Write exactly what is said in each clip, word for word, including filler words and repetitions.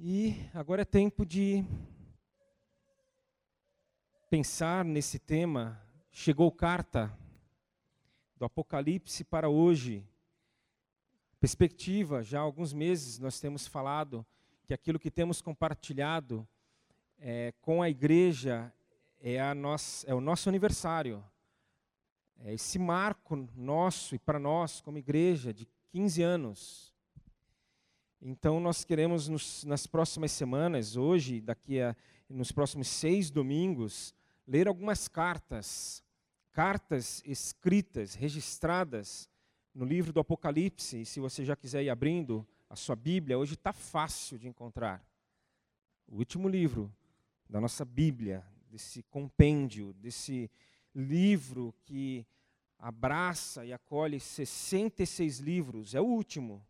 E agora é tempo de pensar nesse tema. Chegou carta do Apocalipse para hoje. Perspectiva, já há alguns meses nós temos falado que aquilo que temos compartilhado é, com a igreja é, a nossa, é o nosso aniversário. É esse marco nosso e para nós como igreja de quinze anos. Então nós queremos nos, nas próximas semanas, hoje, daqui a nos próximos seis domingos, ler algumas cartas, cartas escritas, registradas no livro do Apocalipse. E se você já quiser ir abrindo a sua Bíblia, hoje está fácil de encontrar. O último livro da nossa Bíblia, desse compêndio, desse livro que abraça e acolhe sessenta e seis livros, é o último.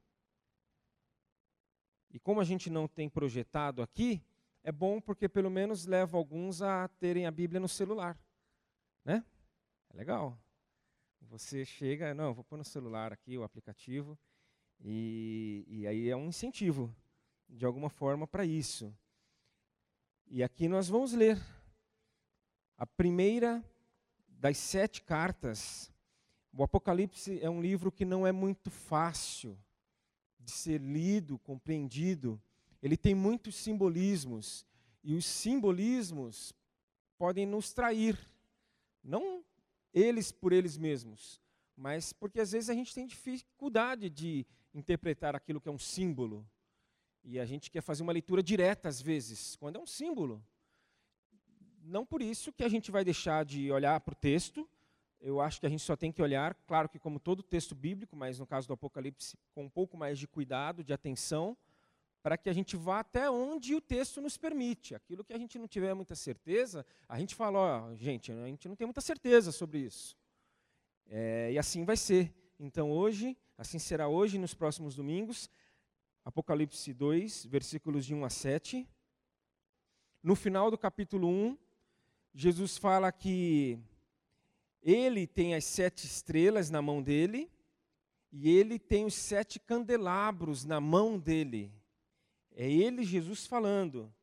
E como a gente não tem projetado aqui, é bom porque pelo menos leva alguns a terem a Bíblia no celular, né? É legal. Você chega, não, vou pôr no celular aqui o aplicativo, e, e aí é um incentivo, de alguma forma, para isso. E aqui nós vamos ler a primeira das sete cartas. O Apocalipse é um livro que não é muito fácil de ser lido, compreendido. Ele tem muitos simbolismos, e os simbolismos podem nos trair, não eles por eles mesmos, mas porque às vezes a gente tem dificuldade de interpretar aquilo que é um símbolo, e a gente quer fazer uma leitura direta às vezes, quando é um símbolo. Não por isso que a gente vai deixar de olhar para o texto. Eu acho que a gente só tem que olhar, claro que como todo texto bíblico, mas no caso do Apocalipse, com um pouco mais de cuidado, de atenção, para que a gente vá até onde o texto nos permite. Aquilo que a gente não tiver muita certeza, a gente fala, ó, gente, a gente não tem muita certeza sobre isso. É, e assim vai ser. Então hoje, assim será hoje e nos próximos domingos, Apocalipse dois, versículos de um a sete. No final do capítulo um, Jesus fala que ele tem as sete estrelas na mão dele, e ele tem os sete candelabros na mão dele. É ele, Jesus, falando.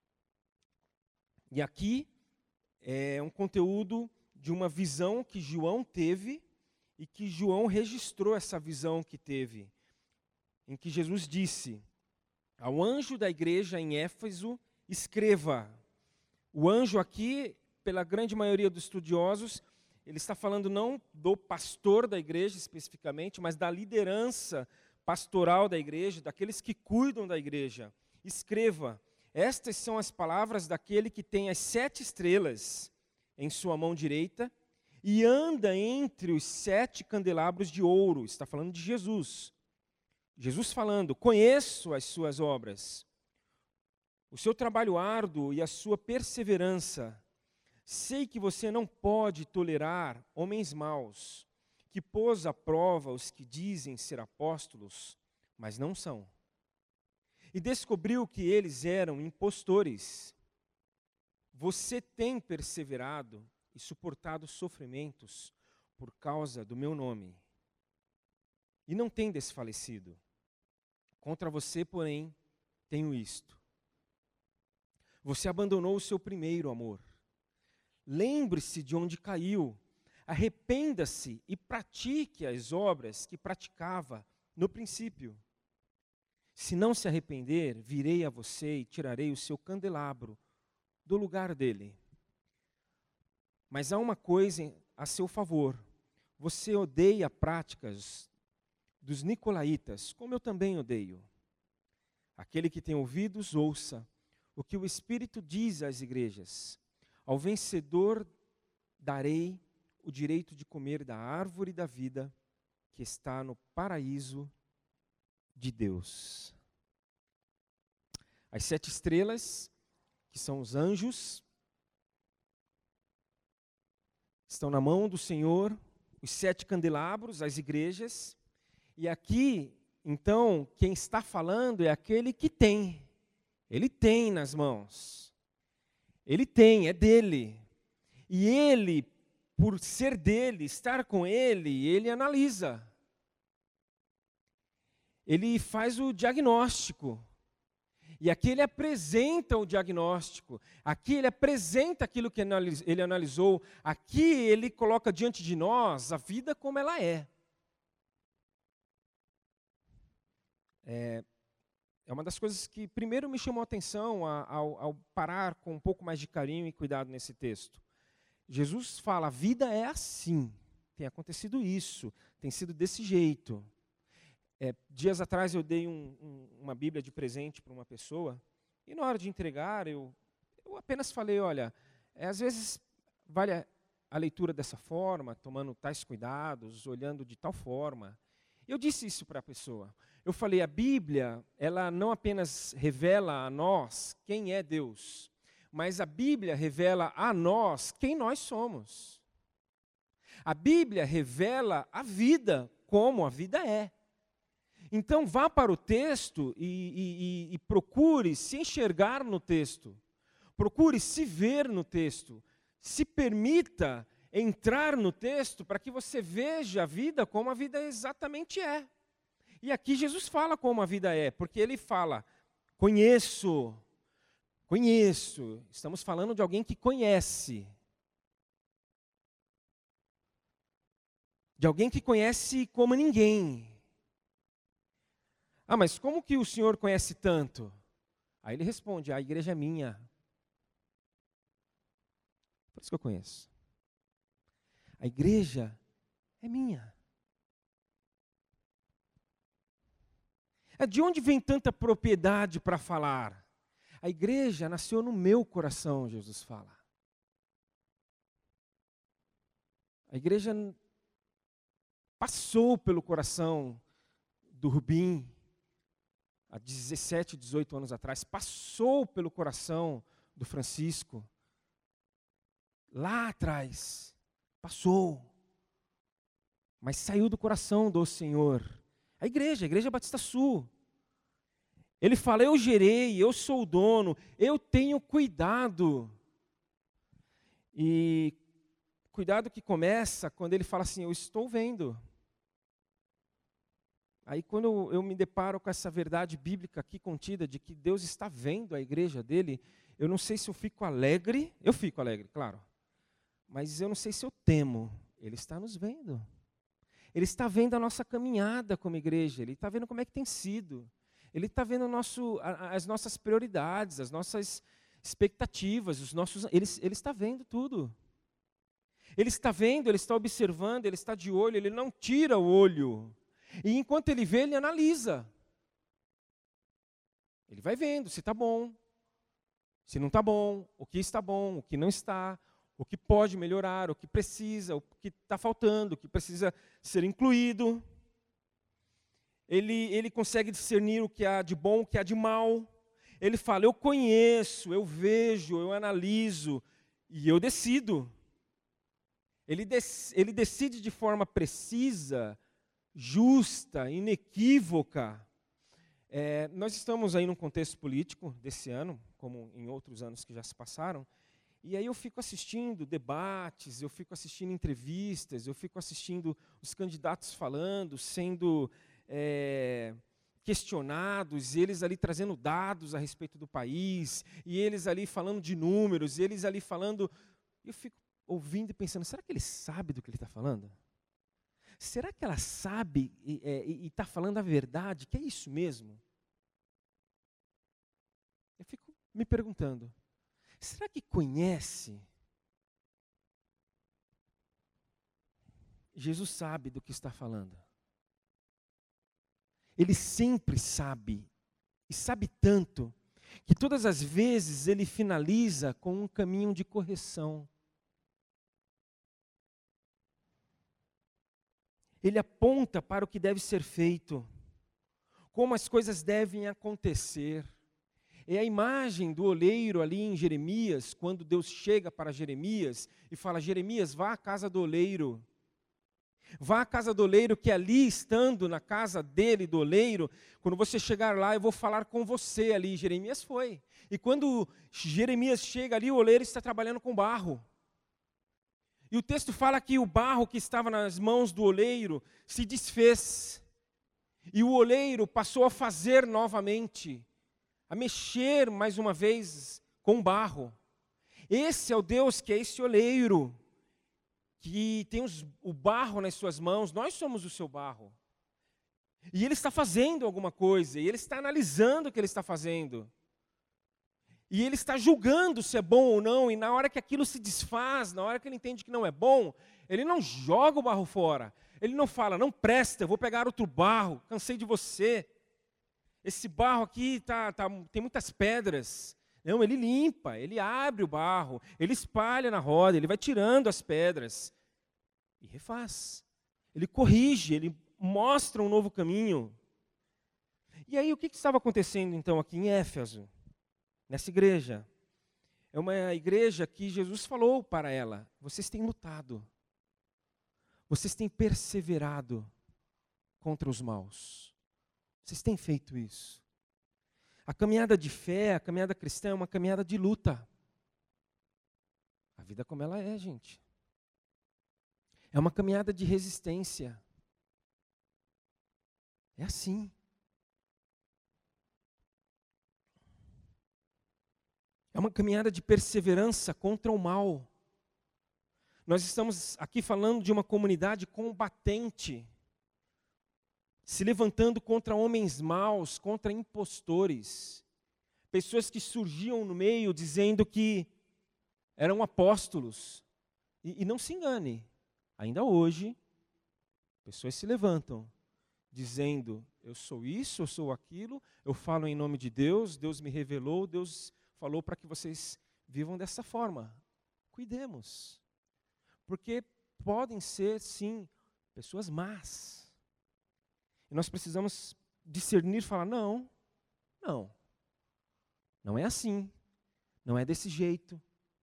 E aqui é um conteúdo de uma visão que João teve, e que João registrou essa visão que teve, em que Jesus disse ao anjo da igreja em Éfeso, escreva. O anjo aqui, pela grande maioria dos estudiosos, ele está falando não do pastor da igreja especificamente, mas da liderança pastoral da igreja, daqueles que cuidam da igreja. Escreva, estas são as palavras daquele que tem as sete estrelas em sua mão direita e anda entre os sete candelabros de ouro. Está falando de Jesus. Jesus falando, conheço as suas obras, o seu trabalho árduo e a sua perseverança. Sei que você não pode tolerar homens maus, que pôs à prova os que dizem ser apóstolos, mas não são. E descobriu que eles eram impostores. Você tem perseverado e suportado sofrimentos por causa do meu nome. E não tem desfalecido. Contra você, porém, tenho isto. Você abandonou o seu primeiro amor. Lembre-se de onde caiu, arrependa-se e pratique as obras que praticava no princípio. Se não se arrepender, virei a você e tirarei o seu candelabro do lugar dele. Mas há uma coisa a seu favor, você odeia práticas dos nicolaítas, como eu também odeio. Aquele que tem ouvidos, ouça o que o Espírito diz às igrejas. Ao vencedor darei o direito de comer da árvore da vida que está no paraíso de Deus. As sete estrelas, que são os anjos, estão na mão do Senhor, os sete candelabros, as igrejas, e aqui, então, quem está falando é aquele que tem, ele tem nas mãos. Ele tem, é dele. E ele, por ser dele, estar com ele, ele analisa. Ele faz o diagnóstico. E aqui ele apresenta o diagnóstico, aqui ele apresenta aquilo que ele analisou, aqui ele coloca diante de nós a vida como ela é. É, é uma das coisas que primeiro me chamou a atenção ao, ao parar com um pouco mais de carinho e cuidado nesse texto. Jesus fala, a vida é assim, tem acontecido isso, tem sido desse jeito. É, dias atrás eu dei um, um, uma Bíblia de presente para uma pessoa, e na hora de entregar, eu, eu apenas falei, olha, é, às vezes vale a, a leitura dessa forma, tomando tais cuidados, olhando de tal forma. Eu disse isso para a pessoa. Eu falei, a Bíblia, ela não apenas revela a nós quem é Deus, mas a Bíblia revela a nós quem nós somos. A Bíblia revela a vida como a vida é. Então vá para o texto e, e, e procure se enxergar no texto. Procure se ver no texto. Se permita entrar no texto para que você veja a vida como a vida exatamente é. E aqui Jesus fala como a vida é, porque ele fala, conheço, conheço. Estamos falando de alguém que conhece. De alguém que conhece como ninguém. Ah, mas como que o Senhor conhece tanto? Aí ele responde, a igreja é minha. Por isso que eu conheço. A igreja é minha. De onde vem tanta propriedade para falar? A igreja nasceu no meu coração, Jesus fala. A igreja passou pelo coração do Rubim, há dezessete, dezoito anos atrás, passou pelo coração do Francisco, lá atrás, passou, mas saiu do coração do Senhor. A igreja, a Igreja Batista Sul. Ele fala, eu gerei, eu sou o dono, eu tenho cuidado. E cuidado que começa quando ele fala assim, eu estou vendo. Aí quando eu me deparo com essa verdade bíblica aqui contida, de que Deus está vendo a igreja dele, eu não sei se eu fico alegre, eu fico alegre, claro, mas eu não sei se eu temo, ele está nos vendo. Ele está vendo a nossa caminhada como igreja, ele está vendo como é que tem sido, ele está vendo o nosso, as nossas prioridades, as nossas expectativas, os nossos, ele, ele está vendo tudo. Ele está vendo, ele está observando, ele está de olho, ele não tira o olho. E enquanto ele vê, ele analisa. Ele vai vendo se está bom, se não está bom, o que está bom, o que não está, o que pode melhorar, o que precisa, o que está faltando, o que precisa ser incluído. Ele, ele consegue discernir o que há de bom, o que há de mal. Ele fala, eu conheço, eu vejo, eu analiso e eu decido. Ele, dec, ele decide de forma precisa, justa, inequívoca. É, nós estamos aí num contexto político desse ano, como em outros anos que já se passaram, e aí eu fico assistindo debates, eu fico assistindo entrevistas, eu fico assistindo os candidatos falando, sendo é, questionados, e eles ali trazendo dados a respeito do país, e eles ali falando de números, e eles ali falando, eu fico ouvindo e pensando, será que ele sabe do que ele está falando? Será que ela sabe e está falando a verdade, que é isso mesmo? Eu fico me perguntando, será que conhece? Jesus sabe do que está falando. Ele sempre sabe, e sabe tanto, que todas as vezes ele finaliza com um caminho de correção. Ele aponta para o que deve ser feito, como as coisas devem acontecer. É a imagem do oleiro ali em Jeremias, quando Deus chega para Jeremias e fala, Jeremias, vá à casa do oleiro. Vá à casa do oleiro, que ali, estando na casa dele, do oleiro, quando você chegar lá, eu vou falar com você ali. Jeremias foi. E quando Jeremias chega ali, o oleiro está trabalhando com barro. E o texto fala que o barro que estava nas mãos do oleiro se desfez. E o oleiro passou a fazer novamente. a mexer mais uma vez com barro. Esse é o Deus que é esse oleiro, que tem os, o barro nas suas mãos, nós somos o seu barro. E Ele está fazendo alguma coisa, e Ele está analisando o que Ele está fazendo. E Ele está julgando se é bom ou não, e na hora que aquilo se desfaz, na hora que Ele entende que não é bom, Ele não joga o barro fora. Ele não fala, não presta, eu vou pegar outro barro, cansei de você. Esse barro aqui tá, tá, tem muitas pedras. Não, Ele limpa, Ele abre o barro, Ele espalha na roda, Ele vai tirando as pedras e refaz. Ele corrige, Ele mostra um novo caminho. E aí, o que, que estava acontecendo então aqui em Éfeso, nessa igreja? É uma igreja que Jesus falou para ela, vocês têm lutado, vocês têm perseverado contra os maus. Vocês têm feito isso. A caminhada de fé, a caminhada cristã é uma caminhada de luta. A vida como ela é, gente. É uma caminhada de resistência. É assim. É uma caminhada de perseverança contra o mal. Nós estamos aqui falando de uma comunidade combatente, se levantando contra homens maus, contra impostores, pessoas que surgiam no meio dizendo que eram apóstolos. E, e não se engane, ainda hoje, pessoas se levantam dizendo, eu sou isso, eu sou aquilo, eu falo em nome de Deus, Deus me revelou, Deus falou para que vocês vivam dessa forma. Cuidemos, porque podem ser, sim, pessoas más. E nós precisamos discernir e falar, não, não, não é assim, não é desse jeito,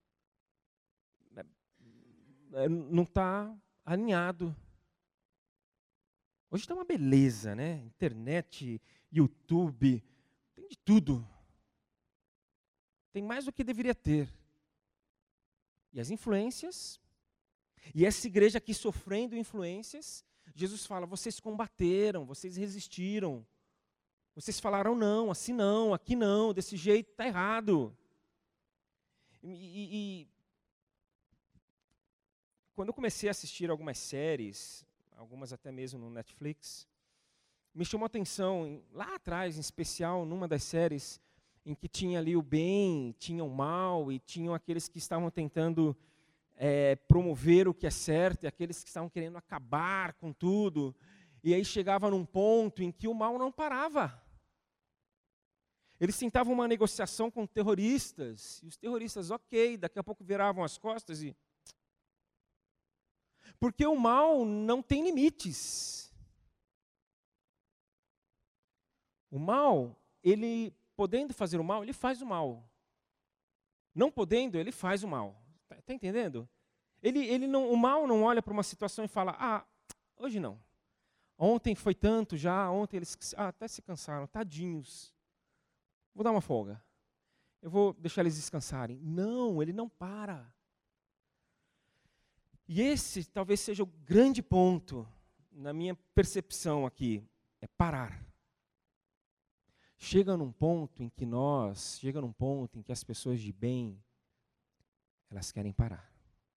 é, não está alinhado. Hoje está uma beleza, né? Internet, YouTube, tem de tudo. Tem mais do que deveria ter. E as influências, e essa igreja aqui sofrendo influências, Jesus fala, vocês combateram, vocês resistiram, vocês falaram não, assim não, aqui não, desse jeito está errado. E, e, e quando eu comecei a assistir algumas séries, algumas até mesmo no Netflix, me chamou a atenção, lá atrás, em especial, numa das séries, em que tinha ali o bem, tinha o mal, e tinham aqueles que estavam tentando é, promover o que é certo, e aqueles que estavam querendo acabar com tudo. E aí chegava num ponto em que o mal não parava. Eles tentavam uma negociação com terroristas, e os terroristas, ok, daqui a pouco viravam as costas e... Porque o mal não tem limites. O mal, ele, podendo fazer o mal, ele faz o mal. Não podendo, ele faz o mal. Está tá entendendo? Ele, ele não, o mal não olha para uma situação e fala, ah, hoje não. Ontem foi tanto já, ontem eles ah, até se cansaram, tadinhos. Vou dar uma folga. Eu vou deixar eles descansarem. Não, ele não para. E esse talvez seja o grande ponto, na minha percepção aqui, é parar. Chega num ponto em que nós, chega num ponto em que as pessoas de bem, elas querem parar.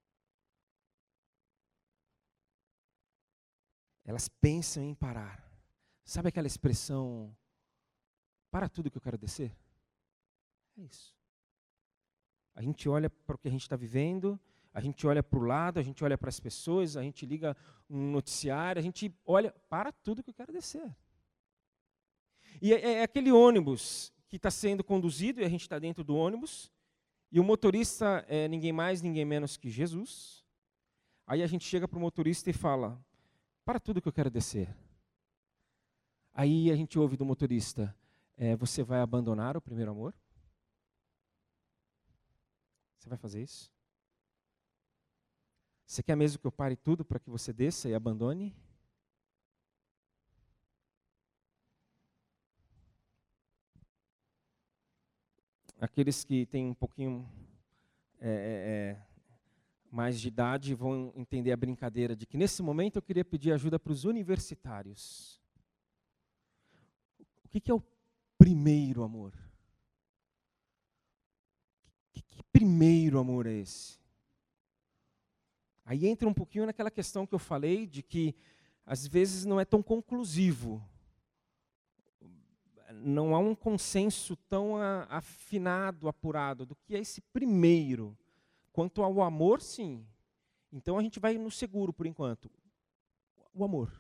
Elas pensam em parar. Sabe aquela expressão, para tudo que eu quero descer? É isso. A gente olha para o que a gente está vivendo, a gente olha para o lado, a gente olha para as pessoas, a gente liga um noticiário, a gente olha, para tudo que eu quero descer. E é, é aquele ônibus que está sendo conduzido, e a gente está dentro do ônibus, e o motorista é ninguém mais, ninguém menos que Jesus. Aí a gente chega para o motorista e fala, para tudo que eu quero descer. Aí a gente ouve do motorista, é, você vai abandonar o primeiro amor? Você vai fazer isso? Você quer mesmo que eu pare tudo para que você desça e abandone? Aqueles que têm um pouquinho é, é, mais de idade vão entender a brincadeira de que nesse momento eu queria pedir ajuda para os universitários. O que, que é o primeiro amor? primeiro amor é esse? Aí entra um pouquinho naquela questão que eu falei, de que às vezes não é tão conclusivo. Não há um consenso tão a, afinado, apurado, do que é esse primeiro. Quanto ao amor, sim. Então a gente vai no seguro por enquanto. O amor.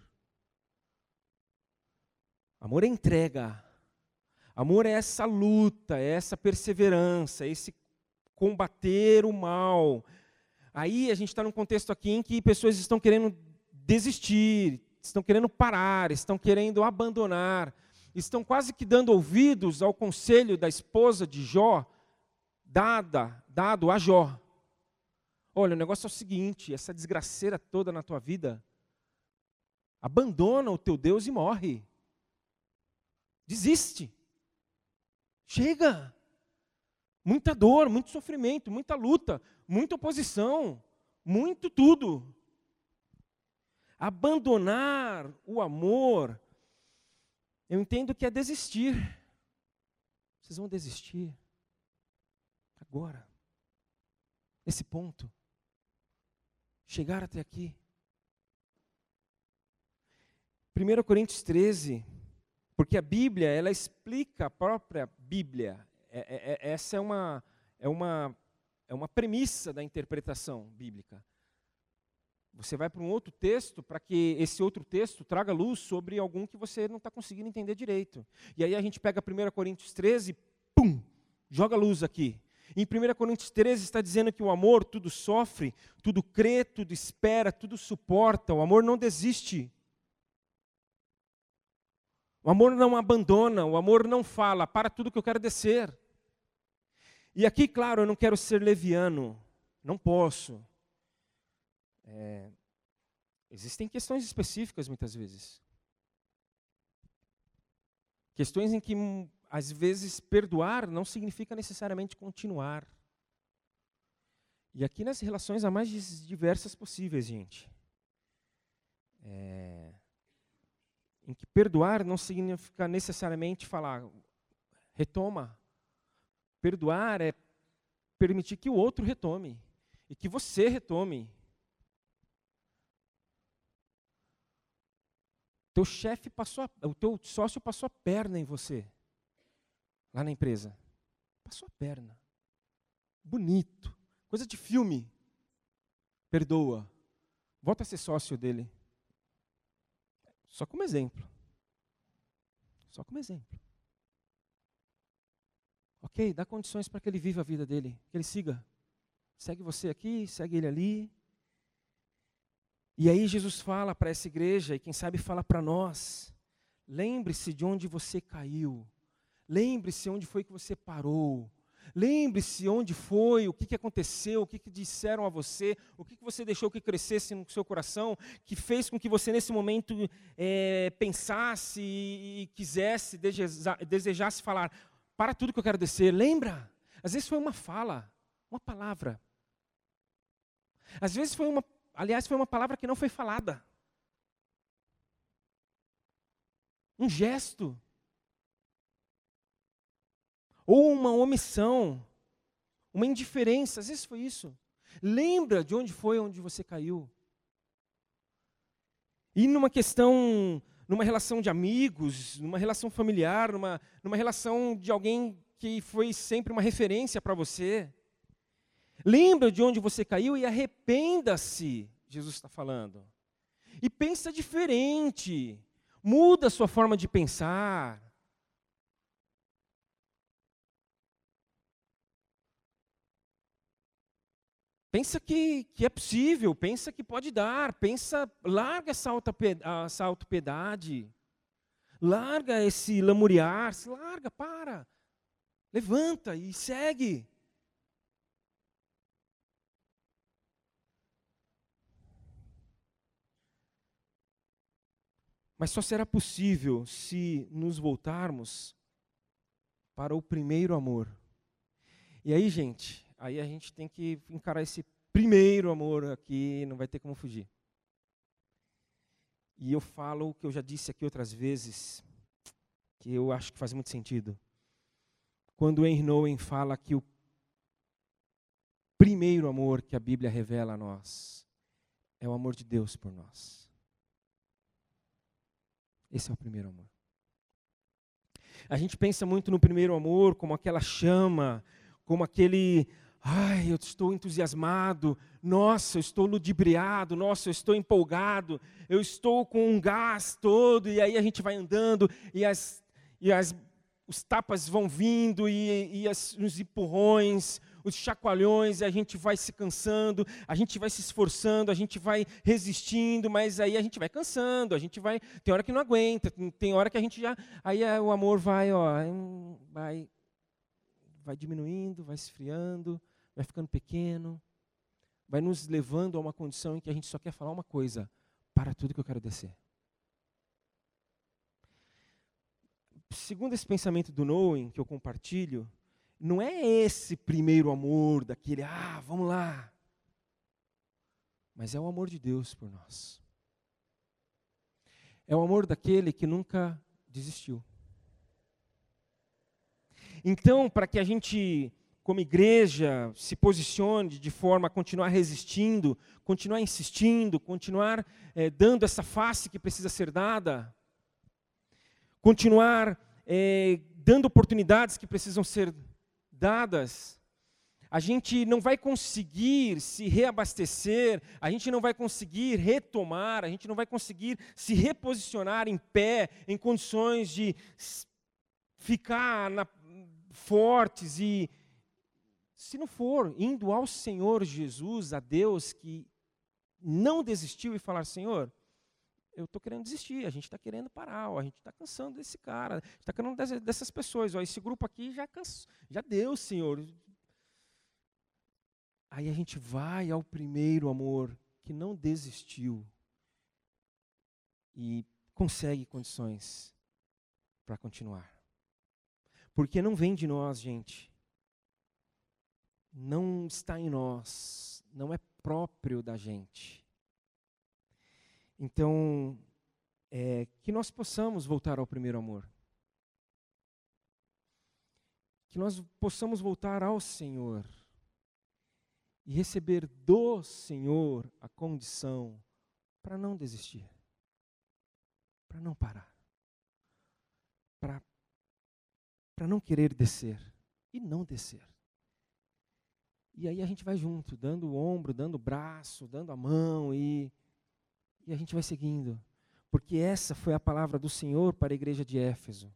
Amor é entrega. Amor é essa luta, é essa perseverança, é esse combater o mal. Aí a gente está num contexto aqui em que pessoas estão querendo desistir, estão querendo parar, estão querendo abandonar, estão quase que dando ouvidos ao conselho da esposa de Jó, dada, dado a Jó. Olha, o negócio é o seguinte, essa desgraceira toda na tua vida, abandona o teu Deus e morre. Desiste. Chega. Muita dor, muito sofrimento, muita luta, muita oposição, muito tudo. Abandonar o amor, eu entendo que é desistir. Vocês vão desistir agora, nesse ponto. Chegar até aqui. primeira Coríntios treze, porque a Bíblia, ela explica a própria Bíblia. É, é, é, essa é uma, é, uma, é uma premissa da interpretação bíblica. Você vai para um outro texto, para que esse outro texto traga luz sobre algum que você não está conseguindo entender direito. E aí a gente pega primeira Coríntios treze, pum, joga luz aqui. Em primeira Coríntios treze está dizendo que o amor tudo sofre, tudo crê, tudo espera, tudo suporta. O amor não desiste. O amor não abandona, o amor não fala, para tudo que eu quero descer. E aqui, claro, eu não quero ser leviano, não posso. É, existem questões específicas muitas vezes. Questões em que, às vezes, perdoar não significa necessariamente continuar. E aqui nas relações há mais diversas possíveis, gente. É, em que perdoar não significa necessariamente falar, retoma. Perdoar é permitir que o outro retome. E que você retome. Teu chefe passou, a, o teu sócio passou a perna em você. Lá na empresa. Passou a perna. Bonito. Coisa de filme. Perdoa. Volta a ser sócio dele. Só como exemplo. Só como exemplo. Ok, dá condições para que ele viva a vida dele. Que ele siga. Segue você aqui, segue ele ali. E aí Jesus fala para essa igreja, e quem sabe fala para nós. Lembre-se de onde você caiu. Lembre-se onde foi que você parou. Lembre-se onde foi, o que, que aconteceu, o que, que disseram a você, o que, que você deixou que crescesse no seu coração, que fez com que você nesse momento é, pensasse e, e quisesse, deseja, desejasse falar, para tudo que eu quero descer. Lembra? Às vezes foi uma fala, uma palavra. Às vezes foi uma, aliás, foi uma palavra que não foi falada. Um gesto. Ou uma omissão, uma indiferença, às vezes foi isso. Lembra de onde foi onde você caiu. E numa questão, numa relação de amigos, numa relação familiar, numa, numa relação de alguém que foi sempre uma referência para você. Lembra de onde você caiu e arrependa-se, Jesus está falando. E pensa diferente, muda a sua forma de pensar. Pensa que, que é possível, pensa que pode dar, pensa, larga essa, alta, essa autopiedade, larga esse lamuriar, se larga, para, levanta e segue. Mas só será possível se nos voltarmos para o primeiro amor. E aí, gente, aí a gente tem que encarar esse primeiro amor aqui, não vai ter como fugir. E eu falo o que eu já disse aqui outras vezes, que eu acho que faz muito sentido. Quando Henry Nouwen fala que o primeiro amor que a Bíblia revela a nós é o amor de Deus por nós. Esse é o primeiro amor. A gente pensa muito no primeiro amor como aquela chama, como aquele, ai, eu estou entusiasmado, nossa, eu estou ludibriado, nossa, eu estou empolgado, eu estou com um gás todo, e aí a gente vai andando, e, as, e as, os tapas vão vindo, e, e as, os empurrões, os chacoalhões, e a gente vai se cansando, a gente vai se esforçando, a gente vai resistindo, mas aí a gente vai cansando, a gente vai, tem hora que não aguenta, tem hora que a gente já, aí o amor vai, ó, vai, vai diminuindo, vai esfriando, vai ficando pequeno, vai nos levando a uma condição em que a gente só quer falar uma coisa: para tudo que eu quero descer. Segundo esse pensamento do Nowen, que eu compartilho, não é esse primeiro amor, daquele, ah, vamos lá. Mas é o amor de Deus por nós. É o amor daquele que nunca desistiu. Então, para que a gente, como igreja, se posicione de forma a continuar resistindo, continuar insistindo, continuar é, dando essa face que precisa ser dada, continuar é, dando oportunidades que precisam ser dadas, a gente não vai conseguir se reabastecer, a gente não vai conseguir retomar, a gente não vai conseguir se reposicionar em pé, em condições de ficar na, fortes e, se não for indo ao Senhor Jesus, a Deus que não desistiu e falar: Senhor, eu estou querendo desistir, a gente está querendo parar, ó, a gente está cansando desse cara, está querendo dessas, dessas pessoas, ó, esse grupo aqui já cansou, já deu, Senhor. Aí a gente vai ao primeiro amor que não desistiu e consegue condições para continuar. Porque não vem de nós, gente. Não está em nós, não é próprio da gente. Então, é, que nós possamos voltar ao primeiro amor. Que nós possamos voltar ao Senhor e receber do Senhor a condição para não desistir, para não parar, para para não querer descer e não descer. E aí a gente vai junto, dando o ombro, dando o braço, dando a mão e E a gente vai seguindo, porque essa foi a palavra do Senhor para a igreja de Éfeso.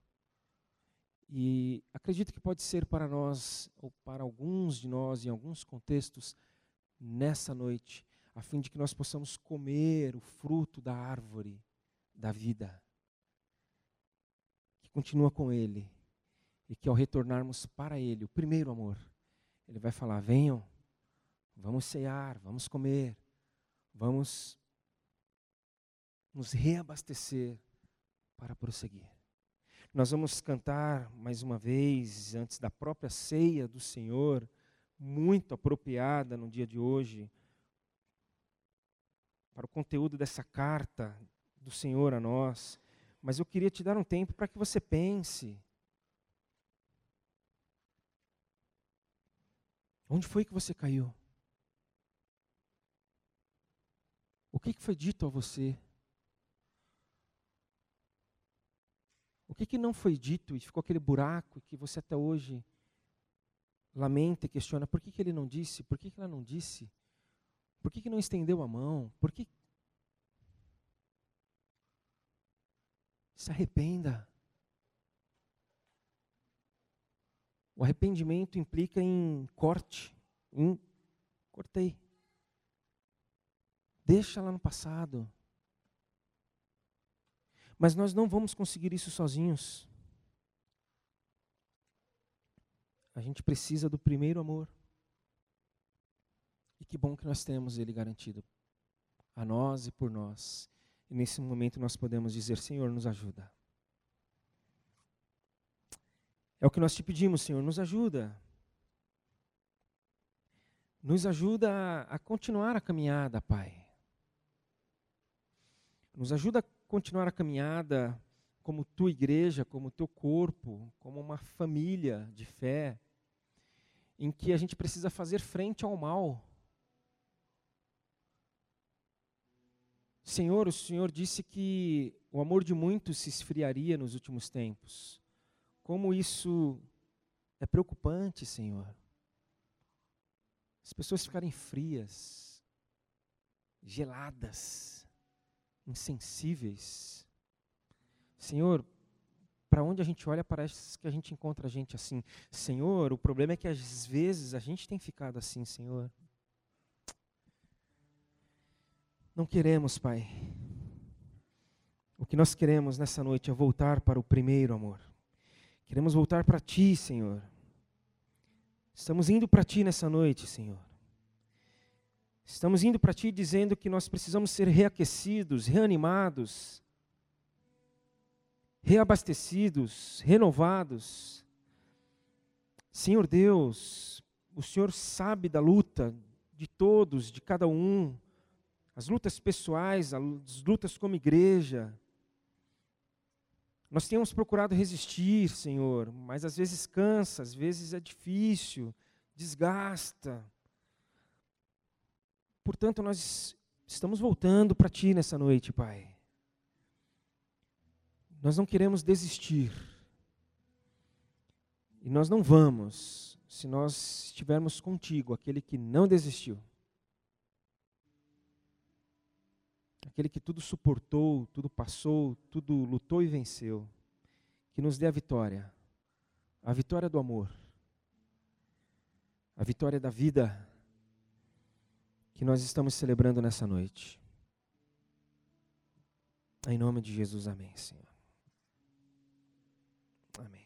E acredito que pode ser para nós, ou para alguns de nós, em alguns contextos, nessa noite, a fim de que nós possamos comer o fruto da árvore da vida, que continua com Ele, e que ao retornarmos para Ele, o primeiro amor, Ele vai falar: venham, vamos cear, vamos comer, vamos nos reabastecer para prosseguir. Nós vamos cantar mais uma vez, antes da própria ceia do Senhor, muito apropriada no dia de hoje, para o conteúdo dessa carta do Senhor a nós. Mas eu queria te dar um tempo para que você pense. Onde foi que você caiu? O que foi dito a você? O que, que não foi dito e ficou aquele buraco que você até hoje lamenta e questiona? Por que, que ele não disse? Por que, que ela não disse? Por que, que não estendeu a mão? Por que... Se arrependa. O arrependimento implica em corte. Em cortei. Deixa lá no passado. Mas nós não vamos conseguir isso sozinhos. A gente precisa do primeiro amor. E que bom que nós temos ele garantido a nós e por nós. E nesse momento nós podemos dizer: Senhor, nos ajuda. É o que nós te pedimos, Senhor, nos ajuda. Nos ajuda a, a continuar a caminhada, Pai. Nos ajuda a continuar a caminhada como tua igreja, como teu corpo, como uma família de fé, em que a gente precisa fazer frente ao mal. Senhor, o Senhor disse que o amor de muitos se esfriaria nos últimos tempos. Como isso é preocupante, Senhor. As pessoas ficarem frias, geladas, insensíveis. Senhor, para onde a gente olha, parece que a gente encontra gente assim. Senhor, o problema é que às vezes a gente tem ficado assim, Senhor. Não queremos, Pai. O que nós queremos nessa noite é voltar para o primeiro amor. Queremos voltar para Ti, Senhor. Estamos indo para Ti nessa noite, Senhor. Estamos indo para Ti dizendo que nós precisamos ser reaquecidos, reanimados, reabastecidos, renovados. Senhor Deus, o Senhor sabe da luta de todos, de cada um, as lutas pessoais, as lutas como igreja. Nós temos procurado resistir, Senhor, mas às vezes cansa, às vezes é difícil, desgasta. Portanto, nós estamos voltando para Ti nessa noite, Pai. Nós não queremos desistir. E nós não vamos, se nós estivermos contigo, aquele que não desistiu. Aquele que tudo suportou, tudo passou, tudo lutou e venceu. Que nos dê a vitória. A vitória do amor. A vitória da vida que nós estamos celebrando nessa noite. Em nome de Jesus, amém, Senhor. Amém.